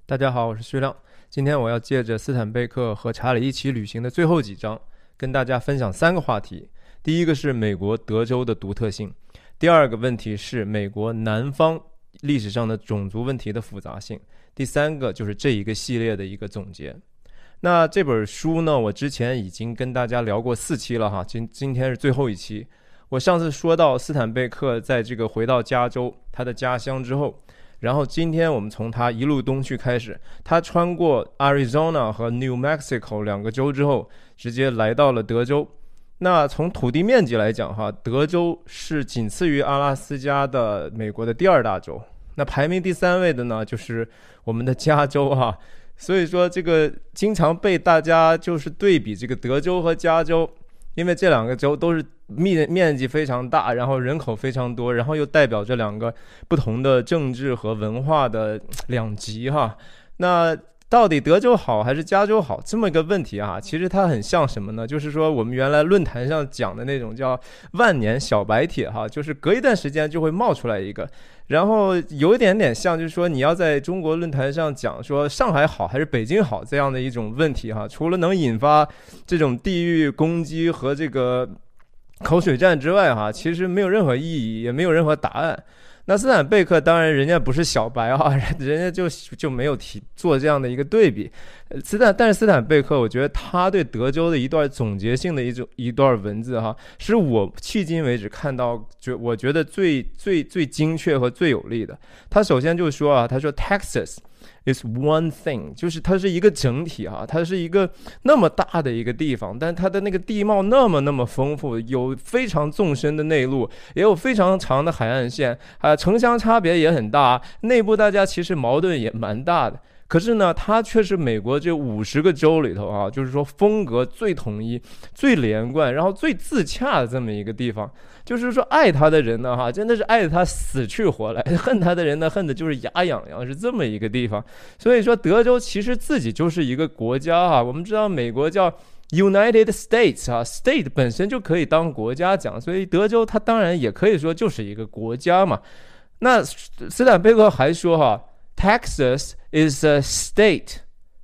大家好，我是徐亮。今天我要借着斯坦贝克和查理一起旅行的最后几章，跟大家分享3个话题。第一个是美国德州的独特性，第二个问题是美国南方历史上的种族问题的复杂性，第三个就是这一个系列的一个总结。那这本书呢，我之前已经跟大家聊过4期了哈，今天是最后一期。我上次说到斯坦贝克在这个回到加州他的家乡之后，然后今天我们从他一路东去开始，他穿过 Arizona 和 New Mexico 2个州之后，直接来到了德州。那从土地面积来讲哈，德州是仅次于阿拉斯加的美国的第2大州。那排名第3位的呢，就是我们的加州哈。所以说这个经常被大家就是对比这个德州和加州，因为这2个州都是面积非常大，然后人口非常多，然后又代表这2个不同的政治和文化的两极哈。那到底德州好还是加州好这么一个问题啊，其实它很像什么呢？就是说我们原来论坛上讲的那种叫万年小白帖哈，就是隔一段时间就会冒出来一个，然后有一点点像就是说你要在中国论坛上讲说上海好还是北京好这样的一种问题哈，除了能引发这种地域攻击和这个口水战之外哈，其实没有任何意义，也没有任何答案。那斯坦贝克当然人家不是小白啊，人家就没有做这样的一个对比。但是斯坦贝克我觉得他对德州的一段总结性的一段文字哈，是我迄今为止看到我觉得最精确和最有力的。他首先就说啊，他说 Texas is one thing， 就是它是一个整体啊，它是一个那么大的一个地方，但它的那个地貌那么丰富，有非常纵深的内陆，也有非常长的海岸线城乡差别也很大，内部大家其实矛盾也蛮大的。可是呢，它却是美国这50个州里头啊，就是说风格最统一、最连贯，然后最自洽的这么一个地方。就是说，爱他的人呢，哈，真的是爱他死去活来；恨他的人呢，恨的就是牙痒痒，是这么一个地方。所以说，德州其实自己就是一个国家啊。我们知道美国叫 United States 啊 ，State 本身就可以当国家讲，所以德州它当然也可以说就是一个国家嘛。那斯坦贝克还说哈 ，Texas is a state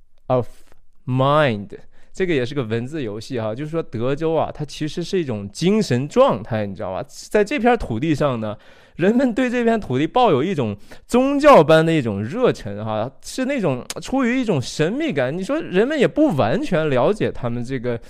of mind。这个也是个文字游戏哈，就是说德州啊，它其实是一种精神状态，你知道吧？在这片土地上呢，人们对这片土地抱有一种宗教般的一种热忱哈，是那种出于一种神秘感。你说人们也不完全了解他们这个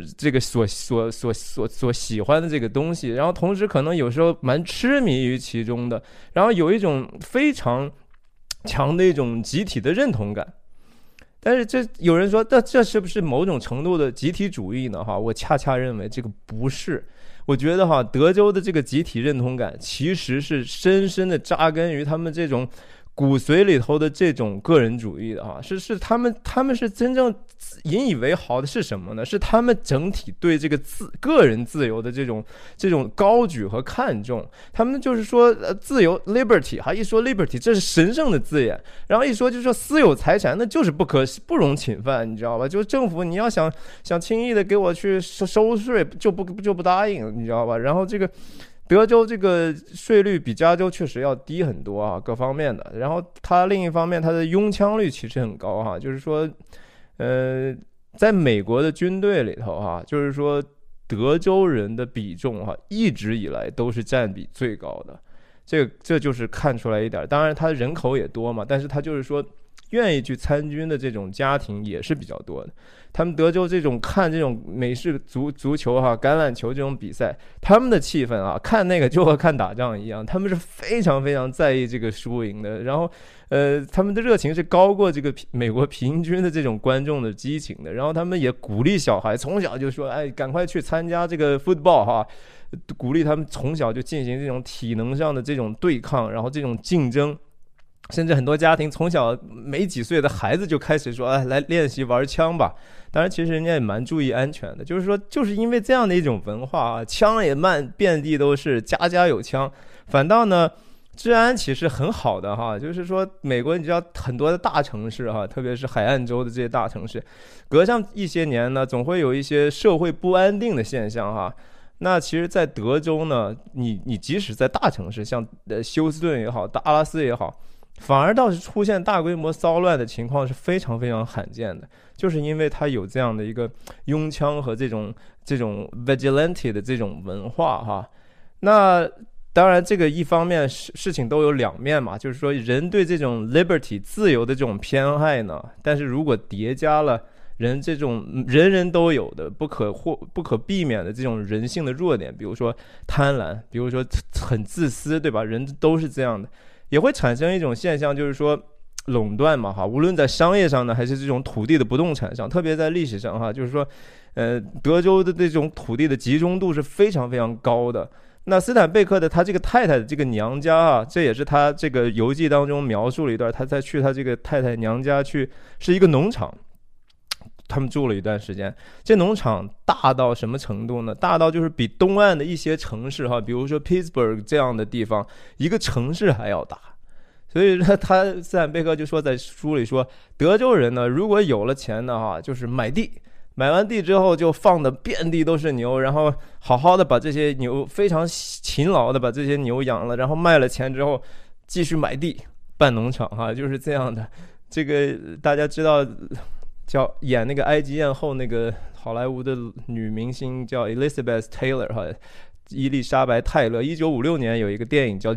所喜欢的这个东西，然后同时可能有时候蛮痴迷于其中的，然后有一种非常强的一种集体的认同感。但是有人说，这是不是某种程度的集体主义呢？哈，我恰恰认为这个不是。我觉得哈，德州的这个集体认同感其实是深深的扎根于他们这种骨髓里头的这种个人主义的哈，是他们是真正引以为豪的是什么呢？是他们整体对这个个人自由的这种高举和看重。他们就是说自由 liberty 哈，一说 liberty 这是神圣的字眼，然后一说就是说私有财产那就是不容侵犯，你知道吧？就是政府你要想轻易的给我去收税就不答应，你知道吧？然后这个德州这个税率比加州确实要低很多啊，各方面的。然后它另一方面，它的拥枪率其实很高哈，就是说，在美国的军队里头哈，就是说德州人的比重哈，一直以来都是占比最高的。这就是看出来一点。当然，它人口也多嘛，但是它就是说愿意去参军的这种家庭也是比较多的。他们德州看这种美式足球哈、橄榄球这种比赛，他们的气氛啊，看那个就和看打仗一样，他们是非常非常在意这个输赢的。然后他们的热情是高过这个美国平均的这种观众的激情的。然后他们也鼓励小孩从小就说，哎，赶快去参加这个 football 哈，鼓励他们从小就进行这种体能上的这种对抗，然后这种竞争。甚至很多家庭从小没几岁的孩子就开始说，来练习玩枪吧。当然其实人家也蛮注意安全的，就是说就是因为这样的一种文化啊，枪也遍地都是，家家有枪。反倒呢治安其实很好的哈，就是说美国你知道很多的大城市哈，特别是海岸州的这些大城市，隔上一些年呢总会有一些社会不安定的现象哈。那其实在德州呢，你即使在大城市像休斯顿也好，达拉斯也好， 反而倒是出现大规模骚乱的情况是非常非常罕见的，就是因为它有这样的一个拥枪和这种 vigilante 的这种文化哈。那当然这个一方面事情都有两面嘛，就是说人对这种 liberty 自由的这种偏爱呢，但是如果叠加了人这种人人都有的不可避免的这种人性的弱点，比如说贪婪，比如说很自私，对吧？人都是这样的，也会产生一种现象，就是说垄断嘛哈，无论在商业上呢，还是这种土地的不动产上，特别在历史上哈，就是说德州的这种土地的集中度是非常非常高的。那斯坦贝克的他这个太太的这个娘家啊，这也是他这个游记当中描述了一段，他在去他这个太太娘家去，是一个农场，他们住了一段时间。这农场大到什么程度呢？大到就是比东岸的一些城市哈，比如说 Pittsburgh 这样的地方，一个城市还要大。所以他斯坦贝克就说在书里说，德州人呢，如果有了钱的哈，就是买地。买完地之后就放的遍地都是牛，然后好好的把这些牛非常勤劳的把这些牛养了，然后卖了钱之后继续买地办农场哈，就是这样的。这个大家知道叫演那个埃及艳后那个好莱坞的女明星叫 Elizabeth Taylor 哈，伊丽莎白泰勒，1956年有一个电影叫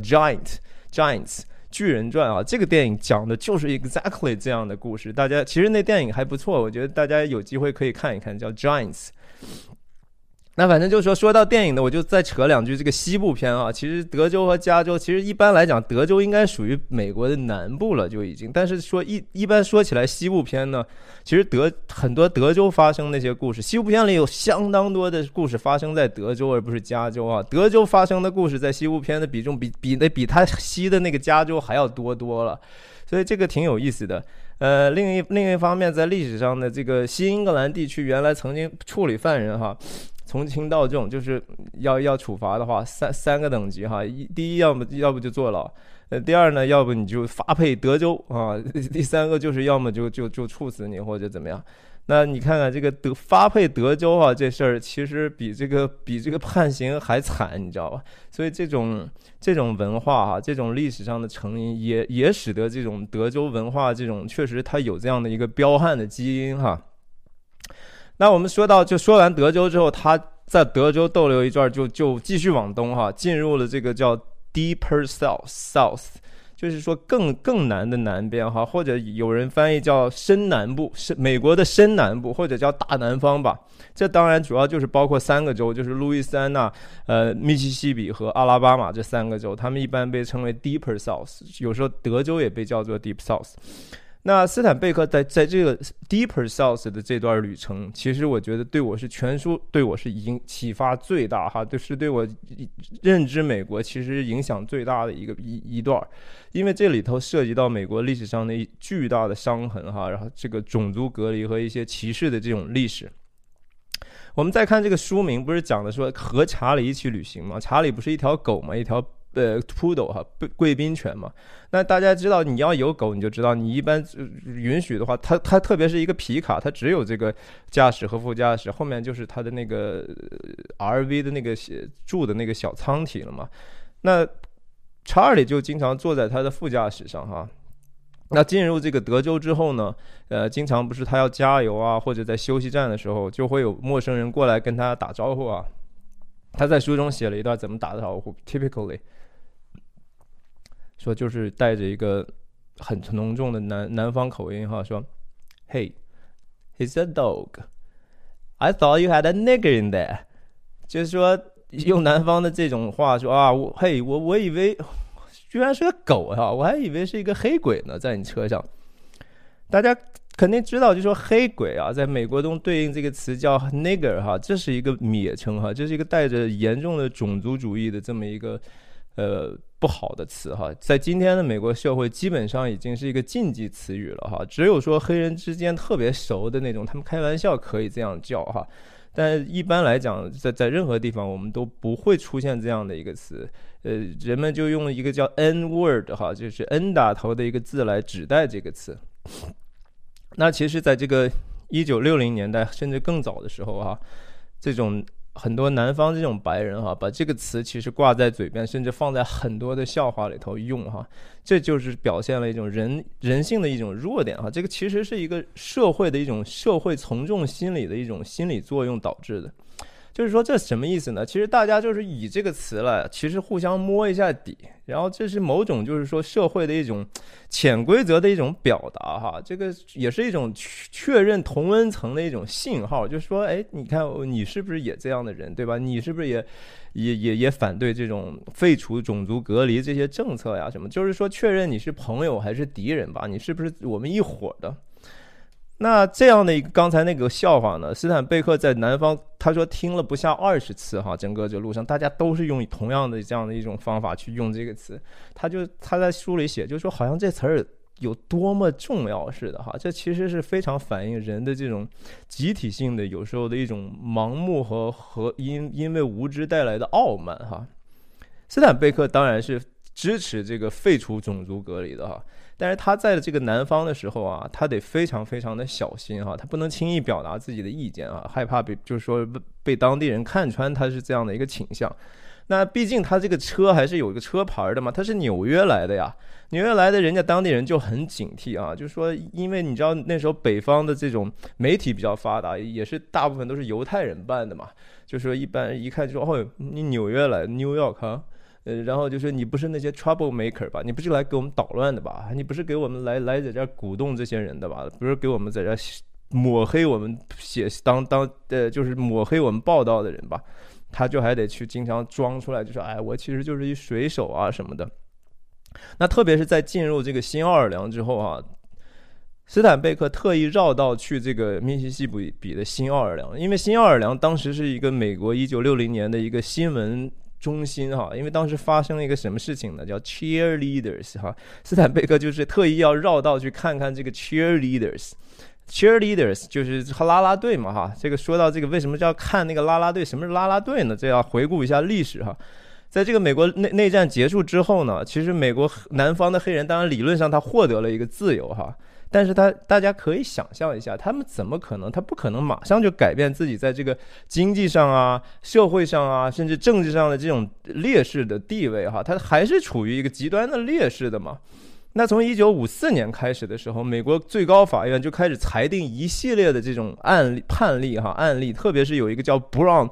Giants 巨人传啊，这个电影讲的就是 exactly 这样的故事。大家其实那电影还不错，我觉得大家有机会可以看一看，叫 Giants。那反正就是说到电影的，我就再扯两句这个西部片啊。其实德州和加州，其实一般来讲，德州应该属于美国的南部了就已经。但是说一般说起来，西部片呢，其实很多德州发生那些故事，西部片里有相当多的故事发生在德州，而不是加州啊。德州发生的故事在西部片的比重比它西的那个加州还要多了，所以这个挺有意思的。另一方面，在历史上的这个西英格兰地区，原来曾经处理犯人哈。从轻到重，就是要处罚的话，三个等级哈。第一要不就坐牢，第二呢，要不你就发配德州啊，第三个就是要么就处死你或者怎么样。那你看看这个发配德州啊，这事儿其实比这个判刑还惨，你知道吧？所以这种文化哈，这种历史上的成因也使得这种德州文化这种确实它有这样的一个彪悍的基因哈。那我们说完德州之后，他在德州逗留一段，就继续往东哈，进入了这个叫 Deeper South， 就是说更南的南边哈，或者有人翻译叫深南部，是美国的深南部，或者叫大南方吧。这当然主要就是包括三个州，就是路易斯安那、密西西比和阿拉巴马这三个州，他们一般被称为 Deeper South， 有时候德州也被叫做 Deep South。那斯坦贝克在这个 Deeper South 的这段旅程，其实我觉得对我是全书对我是启发最大哈，就是对我认知美国其实影响最大的一段，因为这里头涉及到美国历史上的巨大的伤痕哈，然后这个种族隔离和一些歧视的这种历史。我们再看这个书名，不是讲的说和查理一起旅行吗？查理不是一条狗吗？一条poodle 哈，贵宾犬嘛。那大家知道，你要有狗，你就知道，你一般允许的话，它特别是一个皮卡，它只有这个驾驶和副驾驶，后面就是它的那个 RV 的那个住的那个小舱体了嘛。那查理就经常坐在他的副驾驶上哈。那进入这个德州之后呢，经常不是他要加油啊，或者在休息站的时候，就会有陌生人过来跟他打招呼啊。他在书中写了一段怎么打招呼 ，typically。说就是带着一个很浓重的南方口音哈，说 ，Hey, he's a dog. I thought you had a nigger in there. 就是说用南方的这种话说啊，我以为居然是个狗哈，我还以为是一个黑鬼呢，在你车上。大家肯定知道，就说黑鬼啊，在美国中对应这个词叫 nigger 哈，这是一个蔑称哈，这是一个带着严重的种族主义的这么一个不好的词哈，在今天的美国社会基本上已经是一个禁忌词语了哈，只有说黑人之间特别熟的那种，他们开玩笑可以这样叫哈，但一般来讲，在任何地方我们都不会出现这样的一个词，人们就用一个叫 N word 哈，就是 N 打头的一个字来指代这个词。那其实在这个1960年代甚至更早的时候哈，这种很多南方这种白人哈，把这个词其实挂在嘴边，甚至放在很多的笑话里头用哈，这就是表现了一种人性的一种弱点哈。这个其实是一个社会的一种社会从众心理的一种心理作用导致的。就是说这什么意思呢？其实大家就是以这个词来，其实互相摸一下底，然后这是某种就是说社会的一种潜规则的一种表达哈，这个也是一种确认同温层的一种信号，就是说，哎，你看你是不是也这样的人，对吧？你是不是也反对这种废除种族隔离这些政策呀？什么？就是说确认你是朋友还是敌人吧？你是不是我们一伙的？那这样的一个刚才那个笑话呢，斯坦贝克在南方他说听了不下20次哈，整个这路上大家都是用同样的这样的一种方法去用这个词，他在书里写就是说好像这词儿有多么重要似的哈，这其实是非常反映人的这种集体性的有时候的一种盲目和因为无知带来的傲慢哈。斯坦贝克当然是支持这个废除种族隔离的哈，但是他在这个南方的时候啊，他得非常非常的小心哈，他不能轻易表达自己的意见啊，害怕就是说被当地人看穿他是这样的一个倾向。那毕竟他这个车还是有一个车牌的嘛，他是纽约来的呀，纽约来的人家当地人就很警惕啊，就是说因为你知道那时候北方的这种媒体比较发达，也是大部分都是犹太人办的嘛，就是说一般一看就说哦，你纽约来 New York 啊，然后就说你不是那些 trouble maker 吧？你不是来给我们捣乱的吧？你不是给我们来在这儿鼓动这些人的吧？不是给我们在这儿抹黑我们就是抹黑我们报道的人吧？他就还得去经常装出来，就说哎，我其实就是一水手啊什么的。那特别是在进入这个新奥尔良之后啊，斯坦贝克特意绕道去这个密西西比的新奥尔良，因为新奥尔良当时是一个美国1960年的一个新闻中心哈，因为当时发生了一个什么事情呢？叫 cheerleaders 哈，斯坦贝克就是特意要绕道去看看这个 cheerleaders 就是啦啦队嘛哈。这个说到这个为什么要看那个啦啦队？什么是啦啦队呢？这要回顾一下历史哈。在这个美国内战结束之后呢，其实美国南方的黑人当然理论上他获得了一个自由哈。但是大家可以想象一下，他们怎么可能？他不可能马上就改变自己在这个经济上啊、社会上啊，甚至政治上的这种劣势的地位哈，他还是处于一个极端的劣势的嘛。那从1954年开始的时候，美国最高法院就开始裁定一系列的这种判例，特别是有一个叫 Brown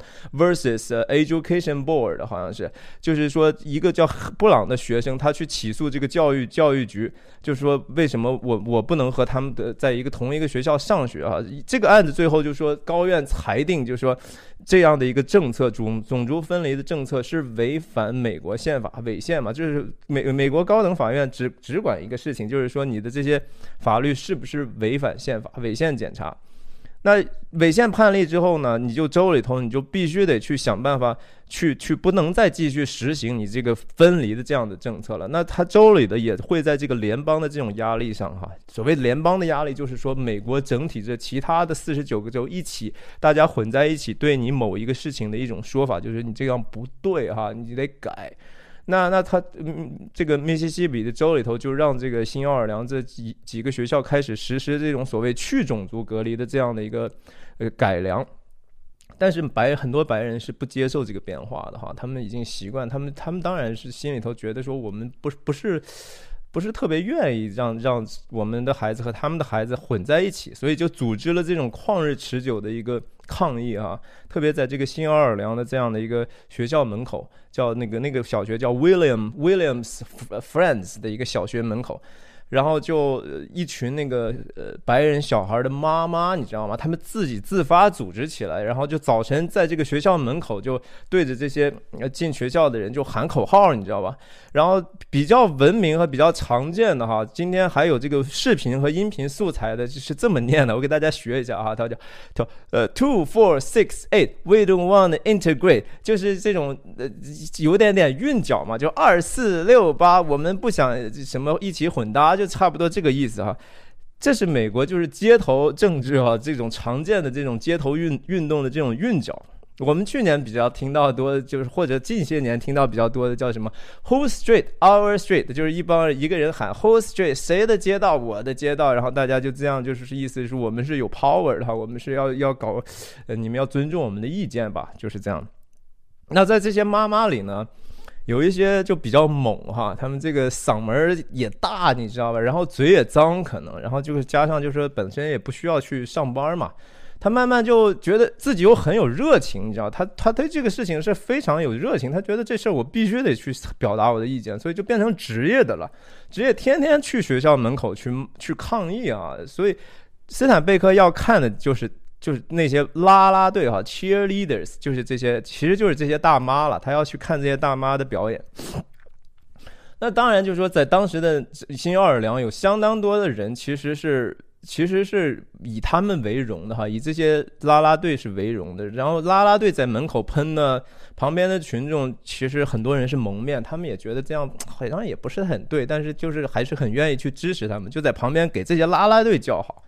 vs Education Board 好像是，就是说一个叫布朗的学生，他去起诉这个教育局，就是说为什么我不能和他们在同一个学校上学啊？这个案子最后就说高院裁定，就是说这样的一个政策，种族分离的政策是违反美国宪法，违宪嘛，就是美国高等法院只管一个事情，就是说你的这些法律是不是违反宪法，违宪检查。那违宪判例之后呢，你就州里头你就必须得去想办法去不能再继续实行你这个分离的这样的政策了。那他州里的也会在这个联邦的这种压力上哈，所谓联邦的压力就是说美国整体这其他的49个州一起，大家混在一起对你某一个事情的一种说法，就是你这样不对哈，你得改。那他这个密西西比的州里头就让这个新奥尔良这几个学校开始实施这种所谓去种族隔离的这样的一个改良，但是很多白人是不接受这个变化的哈，他们已经习惯，他们当然是心里头觉得说我们不是特别愿意让我们的孩子和他们的孩子混在一起，所以就组织了这种旷日持久的一个抗议啊，特别在这个新奥尔良的这样的一个学校门口，叫那个小学叫 Williams Friends 的一个小学门口，然后就一群那个白人小孩的妈妈，你知道吗？他们自己自发组织起来，然后就早晨在这个学校门口就对着这些进学校的人就喊口号，你知道吧？然后比较文明和比较常见的哈，今天还有这个视频和音频素材的，就是这么念的，我给大家学一下哈，它叫 2, 4, 6, 8 we don't want to integrate， 就是这种有点韵脚嘛，就2, 4, 6, 8我们不想什么一起混搭，就差不多这个意思哈。这是美国就是街头政治哈，这种常见的这种街头运动的这种韵脚。 我们去年比较听到多的就是或者近些年听到比较多的叫什么 Whole Street Our Street， 就是一个人喊 Whole Street 谁的街道我的街道，然后大家就这样就是意思是我们是有 power 的，我们是要搞你们要尊重我们的意见吧，就是这样。那在这些妈妈里呢，有一些就比较猛哈，他们这个嗓门也大，你知道吧？然后嘴也脏，可能，然后就是加上就是本身也不需要去上班嘛，他慢慢就觉得自己又很有热情，你知道，他对这个事情是非常有热情，他觉得这事儿我必须得去表达我的意见，所以就变成职业的了，职业天天去学校门口去抗议啊。所以斯坦贝克要看的就是那些啦啦队哈 cheerleaders， 就是这些，其实就是这些大妈了，他要去看这些大妈的表演。那当然就是说在当时的新奥尔良有相当多的人其实是以他们为荣的哈，以这些啦啦队是为荣的。然后啦啦队在门口喷呢，旁边的群众其实很多人是蒙面，他们也觉得这样好像也不是很对，但是就是还是很愿意去支持他们，就在旁边给这些啦啦队叫好。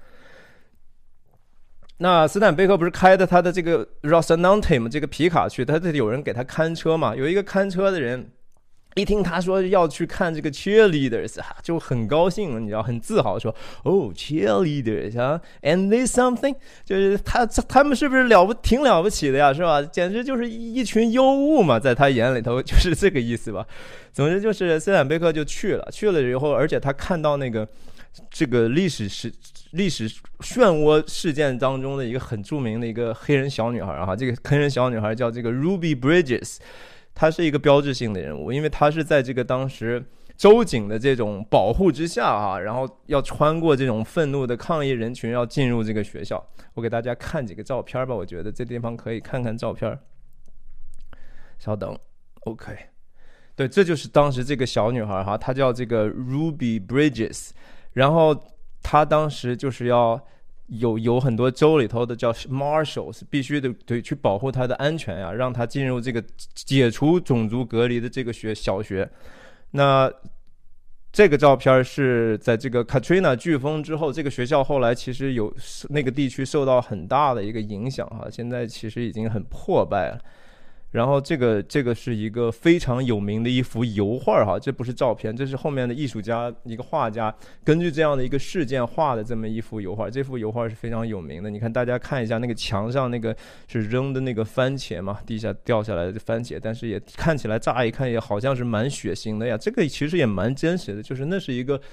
那斯坦贝克不是开的他的这个 Rocinante 嘛，这个皮卡去，他这里有人给他看车嘛，有一个看车的人一听他说要去看这个 cheerleaders 就很高兴，你知道，很自豪说哦 cheerleaders 啊 and there's something， 就是他们是不是挺了不起的呀，是吧？简直就是一群尤物嘛，在他眼里头就是这个意思吧。总之就是斯坦贝克就去了以后，而且他看到那个这个历史漩涡事件当中的一个很著名的一个黑人小女孩啊，这个黑人小女孩叫这个 Ruby Bridges， 她是一个标志性的人物，因为她是在这个当时州警的这种保护之下啊，然后要穿过这种愤怒的抗议人群，要进入这个学校。我给大家看几个照片吧，我觉得这地方可以看看照片。稍等 ，OK。对，这就是当时这个小女孩哈，她叫这个 Ruby Bridges， 然后她当时就是要有很多州里头的叫 Marshals， 必须得去保护她的安全呀，让她进入这个解除种族隔离的这个小学。那这个照片是在这个 Katrina 飓风之后，这个学校后来其实有那个地区受到很大的一个影响哈，现在其实已经很破败了。然后这个是一个非常有名的一幅油画哈，这不是照片，这是后面的艺术家一个画家根据这样的一个事件画的这么一幅油画。这幅油画是非常有名的，你看大家看一下那个墙上那个是扔的那个番茄嘛，地下掉下来的番茄，但是也看起来乍一看也好像是蛮血腥的呀。这个其实也蛮真实的，就是那是一个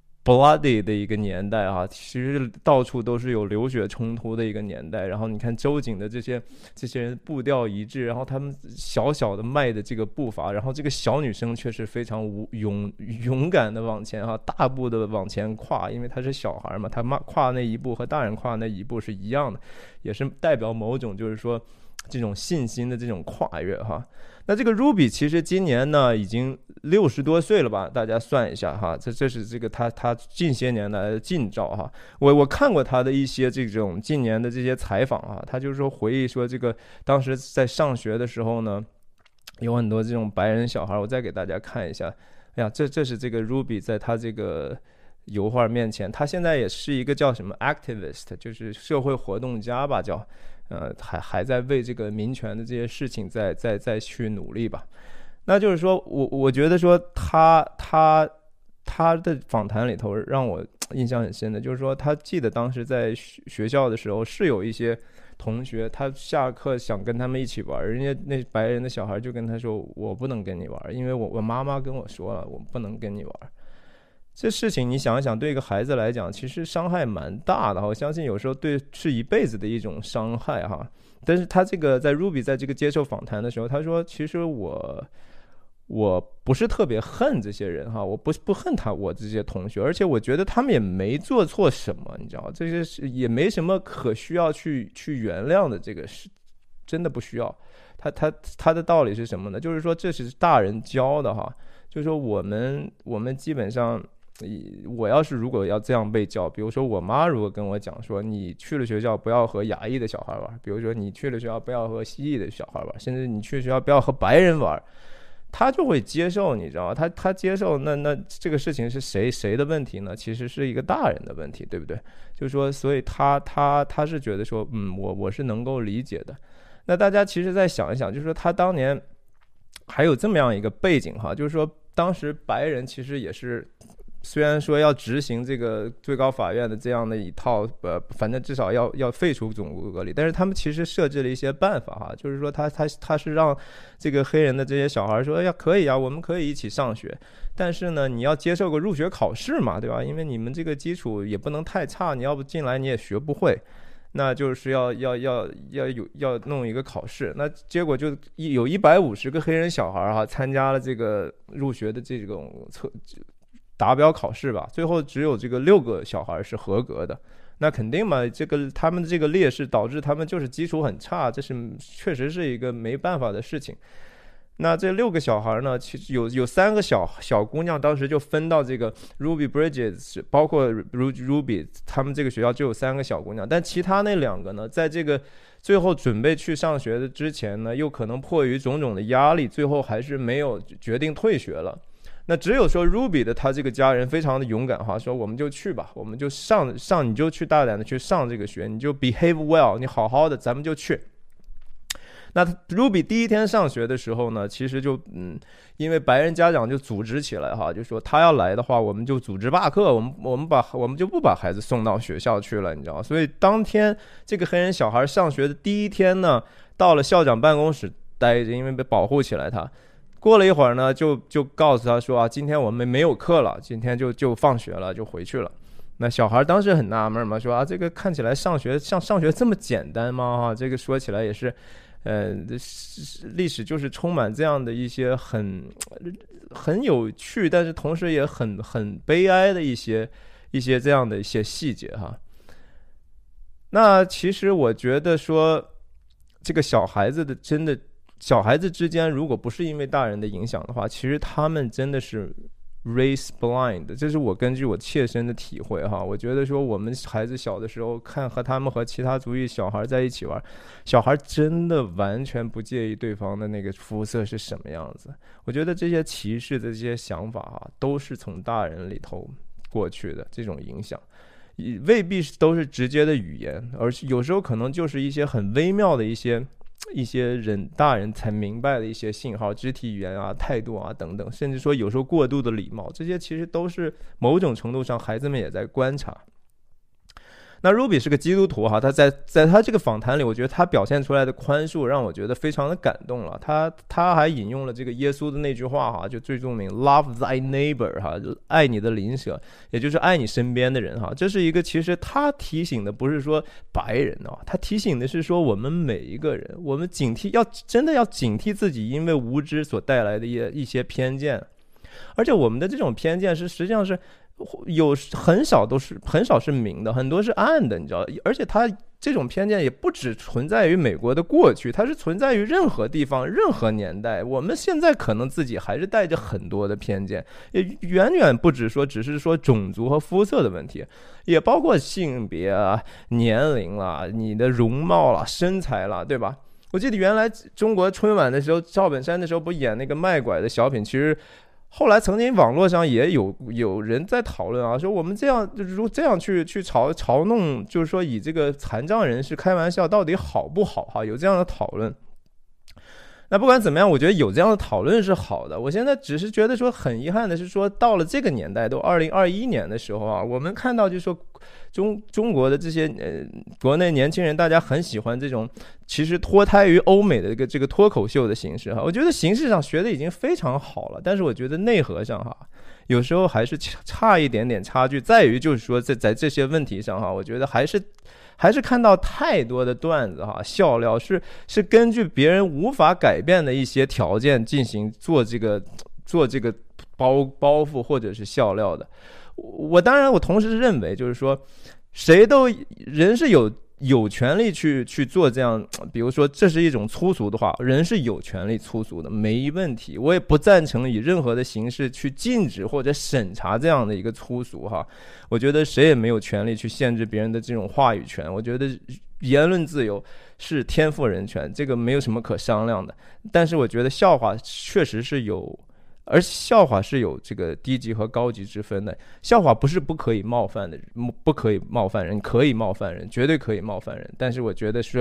bloody 的一个年代啊，其实到处都是有流血冲突的一个年代。然后你看州警的这些人步调一致，然后他们小小的迈的这个步伐，然后这个小女生却是非常勇敢的往前大步的往前跨，因为她是小孩嘛，她跨那一步和大人跨那一步是一样的，也是代表某种就是说这种信心的这种跨越哈。那这个 Ruby 其实今年呢已经60多岁了吧，大家算一下哈，这是这个他近些年来的近照哈。我看过他的一些这种近年的这些采访啊，他就是说回忆说这个当时在上学的时候呢，有很多这种白人小孩，我再给大家看一下。哎呀，这是这个 Ruby 在他这个油画面前，他现在也是一个叫什么 activist， 就是社会活动家吧，叫还在为这个民权的这些事情再去努力吧。那就是说我觉得说他的访谈里头让我印象很深的，就是说他记得当时在学校的时候是有一些同学他下课想跟他们一起玩，人家那白人的小孩就跟他说我不能跟你玩，因为我妈妈跟我说了我不能跟你玩。这事情你想一想，对一个孩子来讲其实伤害蛮大的，我相信有时候是一辈子的一种伤害哈。但是他这个在 Ruby 在这个接受访谈的时候，他说其实我不是特别恨这些人哈，我不恨我这些同学，而且我觉得他们也没做错什么，你知道，这些是也没什么可需要去原谅的，这个是真的不需要。他的道理是什么呢？就是说这是大人教的哈，就是说我们基本上。我要是如果要这样被教，比如说我妈如果跟我讲说你去了学校不要和亚裔的小孩玩，比如说你去了学校不要和西裔的小孩玩，甚至你去学校不要和白人玩，他就会接受，你知道吗？他接受，那这个事情是谁的问题呢？其实是一个大人的问题，对不对？就是说，所以他是觉得说，我是能够理解的。 那大家其实再想一想，就是说他当年还有这么样一个背景哈，就是说当时白人其实也是。虽然说要执行这个最高法院的这样的一套，反正至少要废除种族隔离，但是他们其实设置了一些办法哈，就是说他是让这个黑人的这些小孩说，呀可以啊，我们可以一起上学，但是呢你要接受个入学考试嘛，对吧？因为你们这个基础也不能太差，你要不进来你也学不会。那就是要弄一个考试，那结果就有150个黑人小孩哈参加了这个入学的这种达标考试吧，最后只有这个6个小孩是合格的，那肯定嘛，他们这个劣势导致他们就是基础很差，这是确实是一个没办法的事情。那这6个小孩呢，其实有3个小姑娘，当时就分到这个 Ruby Bridges， 包括 Ruby， 他们这个学校就有3个小姑娘，但其他那2个呢，在这个最后准备去上学的之前呢，又可能迫于种种的压力，最后还是没有决定退学了。那只有说 Ruby 的他这个家人非常的勇敢哈，说我们就去吧，我们就上，你就去大胆的去上这个学，你就 behave well， 你好好的，咱们就去。那 Ruby 第一天上学的时候呢，其实就因为白人家长就组织起来哈，就说他要来的话，我们就组织罢课，我们就不把孩子送到学校去了，你知道吗？所以当天这个黑人小孩上学的第一天呢，到了校长办公室待着，因为被保护起来他。过了一会儿呢，就告诉他说啊，今天我们没有课了，今天就放学了，就回去了。那小孩当时很纳闷嘛，说啊，这个看起来上学这么简单吗？哈，这个说起来也是，历史就是充满这样的一些很有趣，但是同时也很悲哀的一些这样的一些细节哈。那其实我觉得说，这个小孩子之间，如果不是因为大人的影响的话，其实他们真的是 race blind， 这是我根据我切身的体会哈。我觉得说我们孩子小的时候看他们和其他族裔小孩在一起玩，小孩真的完全不介意对方的那个肤色是什么样子。我觉得这些歧视的这些想法哈，都是从大人里头过去的这种影响。未必都是直接的语言，而有时候可能就是一些很微妙的一些大人才明白的一些信号，肢体语言啊、态度啊等等，甚至说有时候过度的礼貌，这些其实都是某种程度上孩子们也在观察。那 Ruby 是个基督徒哈，他在他这个访谈里，我觉得他表现出来的宽恕让我觉得非常的感动了。他还引用了这个耶稣的那句话哈，就最著名 Love thy neighbor 哈，爱你的邻舍，也就是爱你身边的人哈。这是一个其实他提醒的不是说白人啊，他提醒的是说我们每一个人，我们真的要警惕自己因为无知所带来的一些偏见，而且我们的这种偏见实际上是。很少是明的，很多是暗的，你知道，而且它这种偏见也不只存在于美国的过去，它是存在于任何地方、任何年代。我们现在可能自己还是带着很多的偏见，也远远不只是说种族和肤色的问题，也包括性别啊、年龄啦、你的容貌啦、身材啦，对吧？我记得原来中国春晚的时候，赵本山的时候不演那个卖拐的小品，其实。后来曾经网络上也有人在讨论啊，说我们这样去嘲弄，就是说以这个残障人士开玩笑到底好不好哈？有这样的讨论。那不管怎么样，我觉得有这样的讨论是好的。我现在只是觉得说很遗憾的是说，到了这个年代，都2021年的时候啊，我们看到就是说中国的这些国内年轻人，大家很喜欢这种其实脱胎于欧美的这个脱口秀的形式哈。我觉得形式上学的已经非常好了，但是我觉得内核上哈，有时候还是差一点点差距，在于就是说在这些问题上哈，我觉得还是看到太多的段子哈，笑料是根据别人无法改变的一些条件进行做这个包袱或者是笑料的。当然我同时认为就是说，人是有权利去做这样，比如说这是一种粗俗的话，人是有权利粗俗的，没问题。我也不赞成以任何的形式去禁止或者审查这样的一个粗俗哈。我觉得谁也没有权利去限制别人的这种话语权。我觉得言论自由是天赋人权，这个没有什么可商量的。但是我觉得笑话确实是有。而笑话是有这个低级和高级之分的，笑话不是不可以冒犯的，不可以冒犯人，可以冒犯人，绝对可以冒犯人。但是我觉得是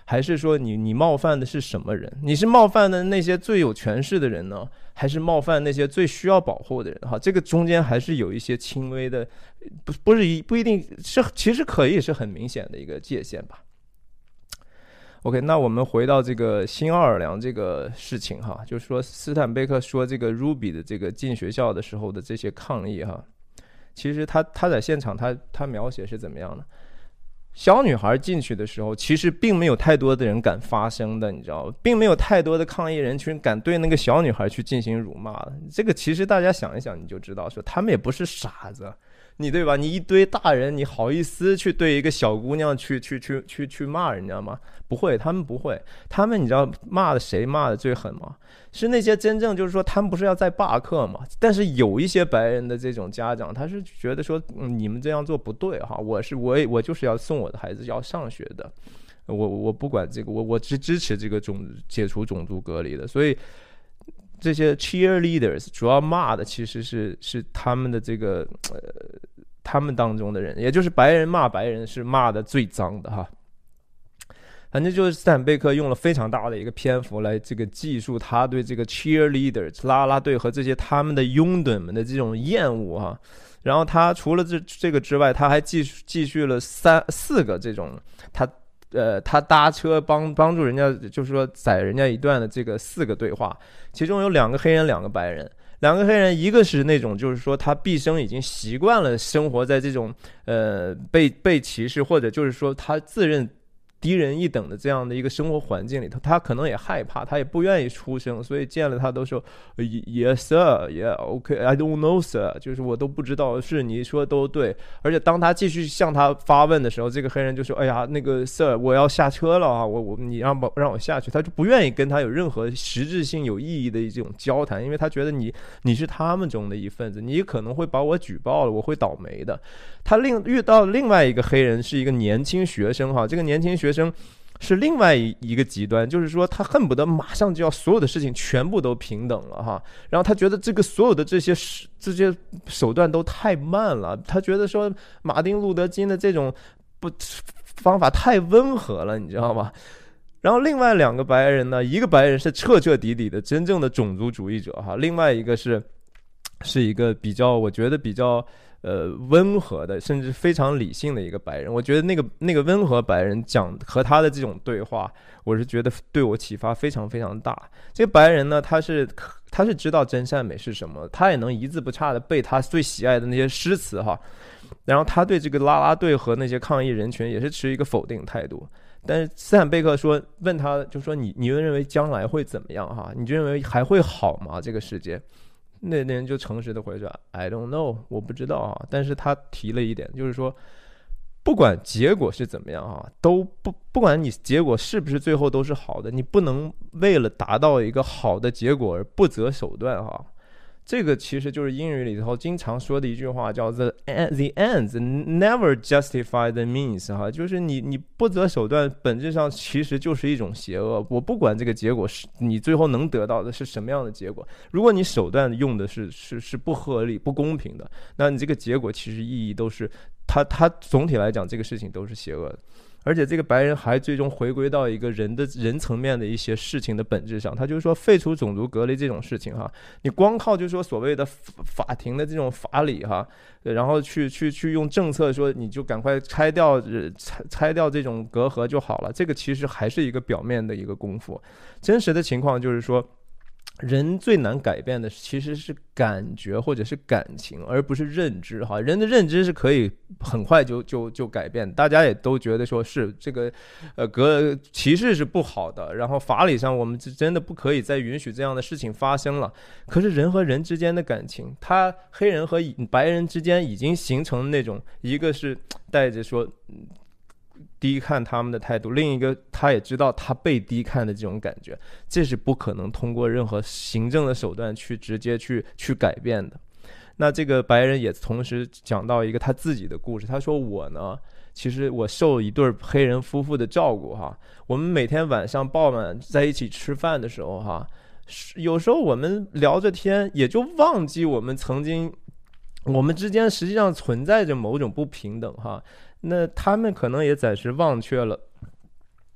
还是说你冒犯的是什么人？你是冒犯的那些最有权势的人呢，还是冒犯那些最需要保护的人？哈，这个中间还是有一些轻微的，不一定是，其实可以是很明显的一个界限吧。OK， 那我们回到这个新奥尔良这个事情哈，就是说斯坦贝克说这个 Ruby 的这个进学校的时候的这些抗议哈，其实他在现场他描写是怎么样的？小女孩进去的时候，其实并没有太多的人敢发声的，你知道吗？并没有太多的抗议人群敢对那个小女孩去进行辱骂的。这个其实大家想一想，你就知道，说他们也不是傻子，你对吧？你一堆大人，你好意思去对一个小姑娘去骂人家吗？不会，他们不会。他们你知道骂的谁骂的最狠吗？是那些真正就是说他们不是要在罢课吗？但是有一些白人的这种家长，他是觉得说，你们这样做不对哈，我就是要送我的孩子要上学的，我不管这个，我支持这个解除种族隔离的，所以这些 cheerleaders 主要骂的其实是他们的这个他们当中的人，也就是白人骂白人是骂的最脏的哈。反正就是斯坦贝克用了非常大的一个篇幅来这个记述他对这个 cheerleaders 啦啦队和这些他们的拥趸们的这种厌恶哈。然后他除了这个之外，他还继续了四个这种他搭车帮助人家，就是说载人家一段的这个4个对话，其中有2个黑人2个白人。2个黑人，一个是那种就是说他毕生已经习惯了生活在这种被歧视，或者就是说他自认低人一等的这样的一个生活环境里头，他可能也害怕，他也不愿意出声，所以见了他都说 Yes sir, yeah, OK, I don't know sir， 就是我都不知道，是你说都对。而且当他继续向他发问的时候，这个黑人就说：“哎呀，那个 Sir， 我要下车了啊，你让我下去。”他就不愿意跟他有任何实质性有意义的这种交谈，因为他觉得你是他们中的一份子，你可能会把我举报了，我会倒霉的。他遇到另外一个黑人是一个年轻学生哈，这个年轻学生是另外一个极端，就是说他恨不得马上就要所有的事情全部都平等了哈，然后他觉得这个所有的这些手段都太慢了，他觉得说马丁路德金的这种方法太温和了，你知道吗？然后另外2个白人呢，一个白人是彻底的真正的种族主义者哈，另外一个是一个我觉得比较温和的，甚至非常理性的一个白人。我觉得那个温和白人讲和他的这种对话，我是觉得对我启发非常非常大。这个白人呢，他是知道真善美是什么，他也能一字不差的背他最喜爱的那些诗词哈。然后他对这个啦啦队和那些抗议人群也是持一个否定态度。但是斯坦贝克问他，就说你认为将来会怎么样哈？你认为还会好吗？这个世界？那人就诚实的回说 I don't know， 我不知道啊。但是他提了一点，就是说不管结果是怎么样啊，不管你结果是不是最后都是好的，你不能为了达到一个好的结果而不择手段哈。这个其实就是英语里头经常说的一句话，叫 the ends never justify the means 哈，就是你不择手段，本质上其实就是一种邪恶。我不管这个结果是你最后能得到的是什么样的结果，如果你手段用的是不合理、不公平的，那你这个结果其实意义都是它总体来讲这个事情都是邪恶的。而且这个白人还最终回归到一个人层面的一些事情的本质上，他就是说废除种族隔离这种事情哈，你光靠就是说所谓的法庭的这种法理哈，然后去用政策说你就赶快拆掉这种隔阂就好了，这个其实还是一个表面的一个功夫。真实的情况就是说，人最难改变的其实是感觉或者是感情，而不是认知哈。人的认知是可以很快就改变，大家也都觉得说是这个歧视是不好的，然后法理上我们真的不可以再允许这样的事情发生了。可是人和人之间的感情，他黑人和白人之间已经形成那种，一个是带着说低看他们的态度，另一个他也知道他被低看的这种感觉，这是不可能通过任何行政的手段去直接去改变的。那这个白人也同时讲到一个他自己的故事，他说我呢，其实我受一对黑人夫妇的照顾哈，我们每天晚上傍晚在一起吃饭的时候哈，有时候我们聊着天也就忘记我们之间实际上存在着某种不平等哈。那他们可能也暂时忘却了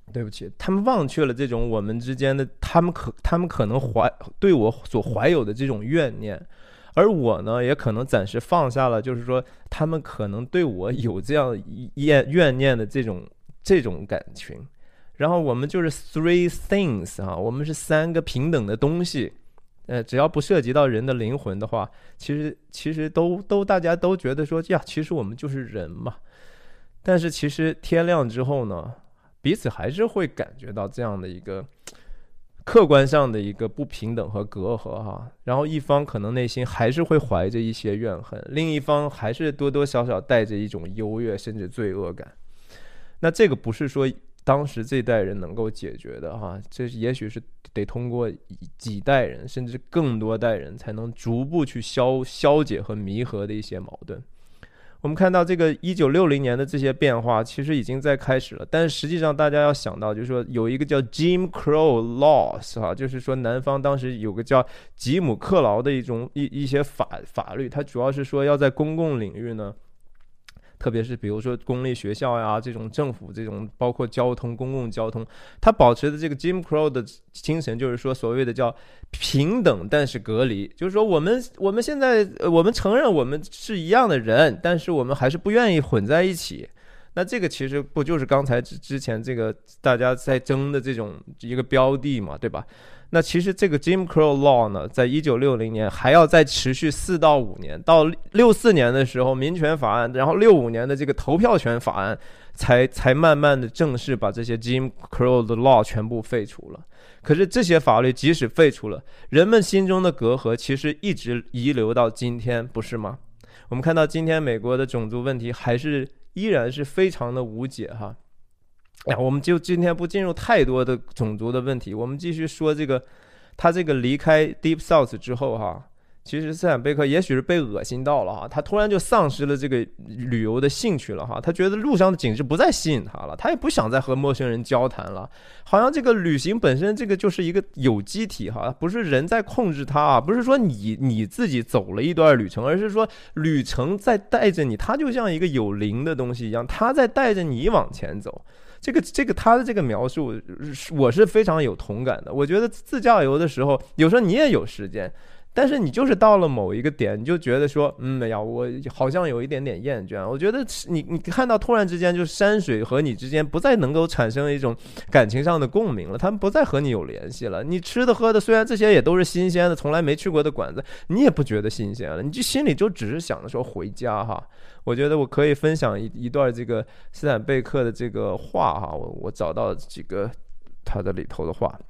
对不起，他们忘却了这种我们之间的，他们可能对我所怀有的这种怨念，而我呢，也可能暂时放下了，就是说他们可能对我有这样怨念的这种感情。然后我们就是 three things 啊，我们是3个平等的东西，只要不涉及到人的灵魂的话，其实大家都觉得说呀，其实我们就是人嘛。但是其实天亮之后呢，彼此还是会感觉到这样的一个客观上的一个不平等和隔阂哈。然后一方可能内心还是会怀着一些怨恨，另一方还是多多少少带着一种优越甚至罪恶感。那这个不是说当时这代人能够解决的哈，这也许是得通过几代人甚至更多代人才能逐步去消解和弥合的一些矛盾。我们看到这个1960年的这些变化其实已经在开始了，但是实际上大家要想到，就是说有一个叫 Jim Crow Laws 哈，就是说南方当时有个叫吉姆克劳的一些法律，它主要是说要在公共领域呢，特别是比如说公立学校呀，这种政府这种包括交通公共交通，它保持的这个 Jim Crow 的精神就是说所谓的叫平等但是隔离，就是说我们现在我们承认我们是一样的人，但是我们还是不愿意混在一起。那这个其实不就是刚才之前这个大家在争的这种一个标的嘛，对吧？那其实这个 Jim Crow Law 呢，在1960年还要再持续4到5年，到64年的时候民权法案，然后65年的这个投票权法案才慢慢的正式把这些 Jim Crow 的 Law 全部废除了。可是这些法律即使废除了，人们心中的隔阂其实一直遗留到今天，不是吗？我们看到今天美国的种族问题依然是非常的无解哈。我们就今天不进入太多的种族的问题，我们继续说他这个离开 Deep South 之后哈，其实斯坦贝克也许是被恶心到了哈，他突然就丧失了这个旅游的兴趣了哈，他觉得路上的景致不再吸引他了，他也不想再和陌生人交谈了，好像这个旅行本身这个就是一个有机体哈，不是人在控制它啊，不是说你自己走了一段旅程，而是说旅程在带着你，它就像一个有灵的东西一样，它在带着你往前走。这个他的这个描述我是非常有同感的。我觉得自驾游的时候有时候你也有时间，但是你就是到了某一个点，你就觉得说我好像有一点点厌倦。我觉得你看到突然之间就是山水和你之间不再能够产生一种感情上的共鸣了，他们不再和你有联系了，你吃的喝的虽然这些也都是新鲜的从来没去过的馆子，你也不觉得新鲜了，你就心里就只是想着说回家哈。我觉得我可以分享一段这个斯坦贝克的这个话哈，我找到几个他的里头的话。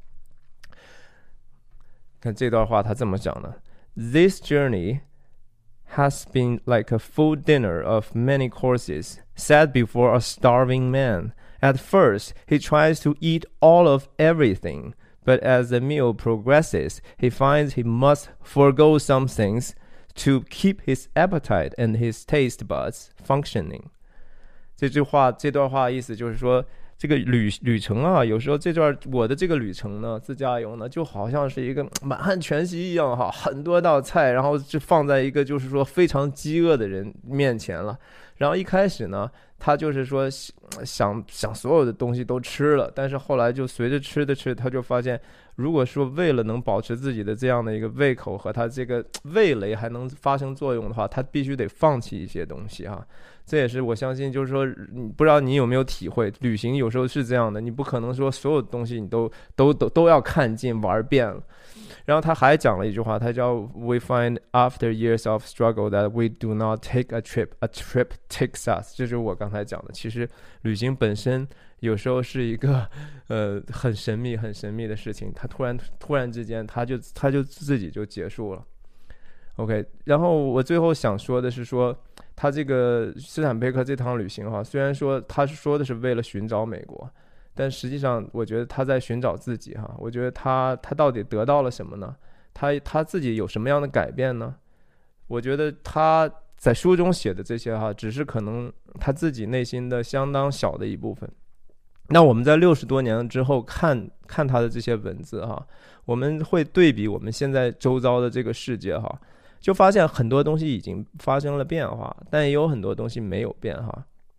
看这段话他这么讲的 ：This journey has been like a full dinner of many courses set before a starving man. At first, he tries to eat all of everything, but as the meal progresses, he finds he must forego some things.To keep his appetite and his taste buds functioning. 这段话意思就是说，这个旅程啊，有时候我的这个旅程呢，自驾游呢，就好像是一个满汉全席一样哈，很多道菜，然后就放在一个就是说非常饥饿的人面前了。然后一开始呢，他就是说想所有的东西都吃了，但是后来就随着吃，他就发现，如果说为了能保持自己的这样的一个胃口和他这个味蕾还能发生作用的话，他必须得放弃一些东西哈。这也是我相信，就是说，不知道你有没有体会，旅行有时候是这样的，你不可能说所有东西你都要看尽玩遍了。然后他还讲了一句话，他叫 "We find after years of struggle that we do not take a trip takes us"， 这就是我刚才讲的。其实旅行本身有时候是一个很神秘的事情，他突然之间他就自己就结束了。OK， 然后我最后想说的是说，他这个斯坦贝克这趟旅行哈，虽然说他说的是为了寻找美国，但实际上我觉得他在寻找自己哈。我觉得他到底得到了什么呢？他自己有什么样的改变呢？我觉得他在书中写的这些哈，只是可能他自己内心的相当小的一部分。那我们在60多年之后看他的这些文字哈，我们会对比我们现在周遭的这个世界哈，就发现很多东西已经发生了变化，但也有很多东西没有变哈。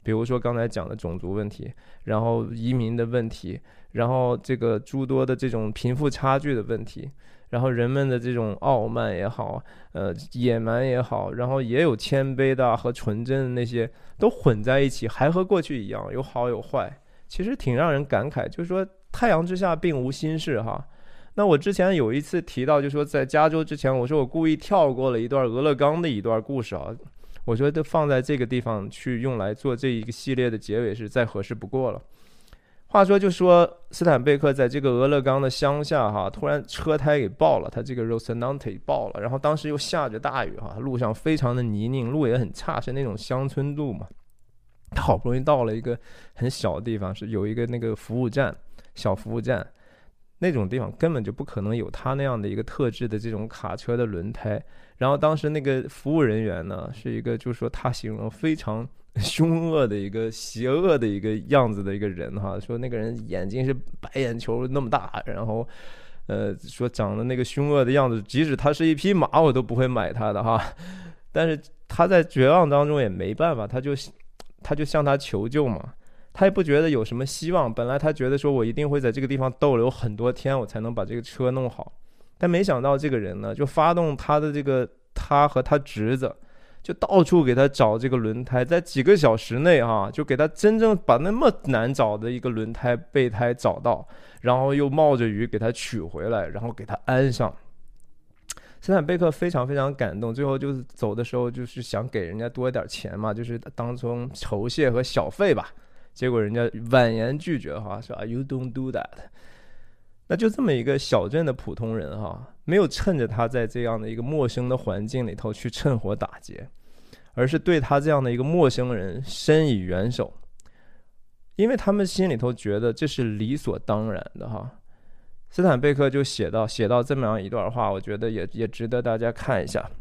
比如说刚才讲的种族问题，然后移民的问题，然后这个诸多的这种贫富差距的问题，然后人们的这种傲慢也好，野蛮也好，然后也有谦卑的和纯真的那些都混在一起，还和过去一样，有好有坏，其实挺让人感慨，就是说太阳之下并无新事哈。那我之前有一次提到，就说在加州之前，我说我故意跳过了一段俄勒冈的一段故事啊，我觉得放在这个地方去用来做这一个系列的结尾是再合适不过了。话说就说斯坦贝克在这个俄勒冈的乡下哈，突然车胎给爆了，他这个 Rocinante 爆了，然后当时又下着大雨哈，路上非常的泥泞，路也很差，是那种乡村路嘛。他好不容易到了一个很小的地方，是有一个那个服务站，小服务站，那种地方根本就不可能有他那样的一个特制的这种卡车的轮胎。然后当时那个服务人员呢，是一个就是说他形容非常凶恶的一个邪恶的一个样子的一个人哈，说那个人眼睛是白眼球那么大，然后说长得那个凶恶的样子，即使他是一匹马我都不会买他的哈。但是他在绝望当中也没办法，他就向他求救嘛。他也不觉得有什么希望，本来他觉得说我一定会在这个地方逗留很多天，我才能把这个车弄好。但没想到这个人呢，就发动他和他侄子，就到处给他找这个轮胎，在几个小时内就给他真正把那么难找的一个轮胎备胎找到，然后又冒着雨给他取回来，然后给他安上。斯坦贝克非常非常感动，最后就是走的时候就是想给人家多一点钱嘛，就是当成酬谢和小费吧。结果人家婉言拒绝说 You don't do that。 那就这么一个小镇的普通人没有趁着他在这样的一个陌生的环境里头去趁火打劫，而是对他这样的一个陌生人伸以援手，因为他们心里头觉得这是理所当然的斯坦贝克就写到这么样一段话，我觉得也值得大家看一下。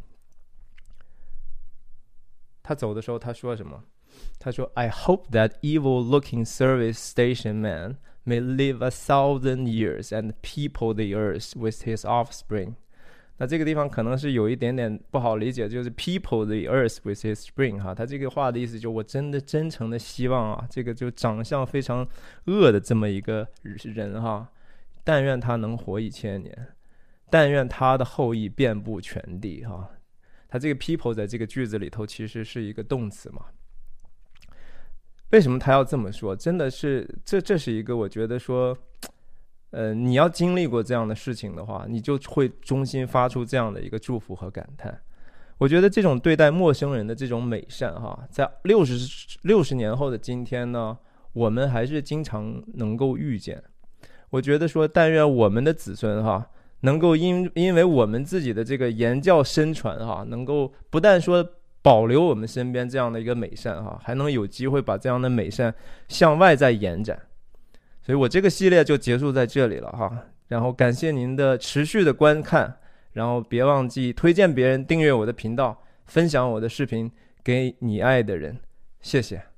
他走的时候他说什么？他说 I hope that evil-looking service station man may live 1,000 years and people the earth with his offspring。 那这个地方可能是有一点点不好理解，就是 people the earth with his spring 他这个话的意思就我真诚的希望这个就长相非常恶的这么一个人但愿他能活1000年，但愿他的后裔遍布全地他这个 people 在这个句子里头其实是一个动词嘛。为什么他要这么说？真的是这是一个我觉得说你要经历过这样的事情的话，你就会衷心发出这样的一个祝福和感叹。我觉得这种对待陌生人的这种美善在60年后的今天呢，我们还是经常能够遇见。我觉得说但愿我们的子孙能够因为我们自己的这个言教深传能够不但说保留我们身边这样的一个美善还能有机会把这样的美善向外再延展。所以我这个系列就结束在这里了然后感谢您的持续的观看，然后别忘记推荐别人订阅我的频道，分享我的视频给你爱的人，谢谢。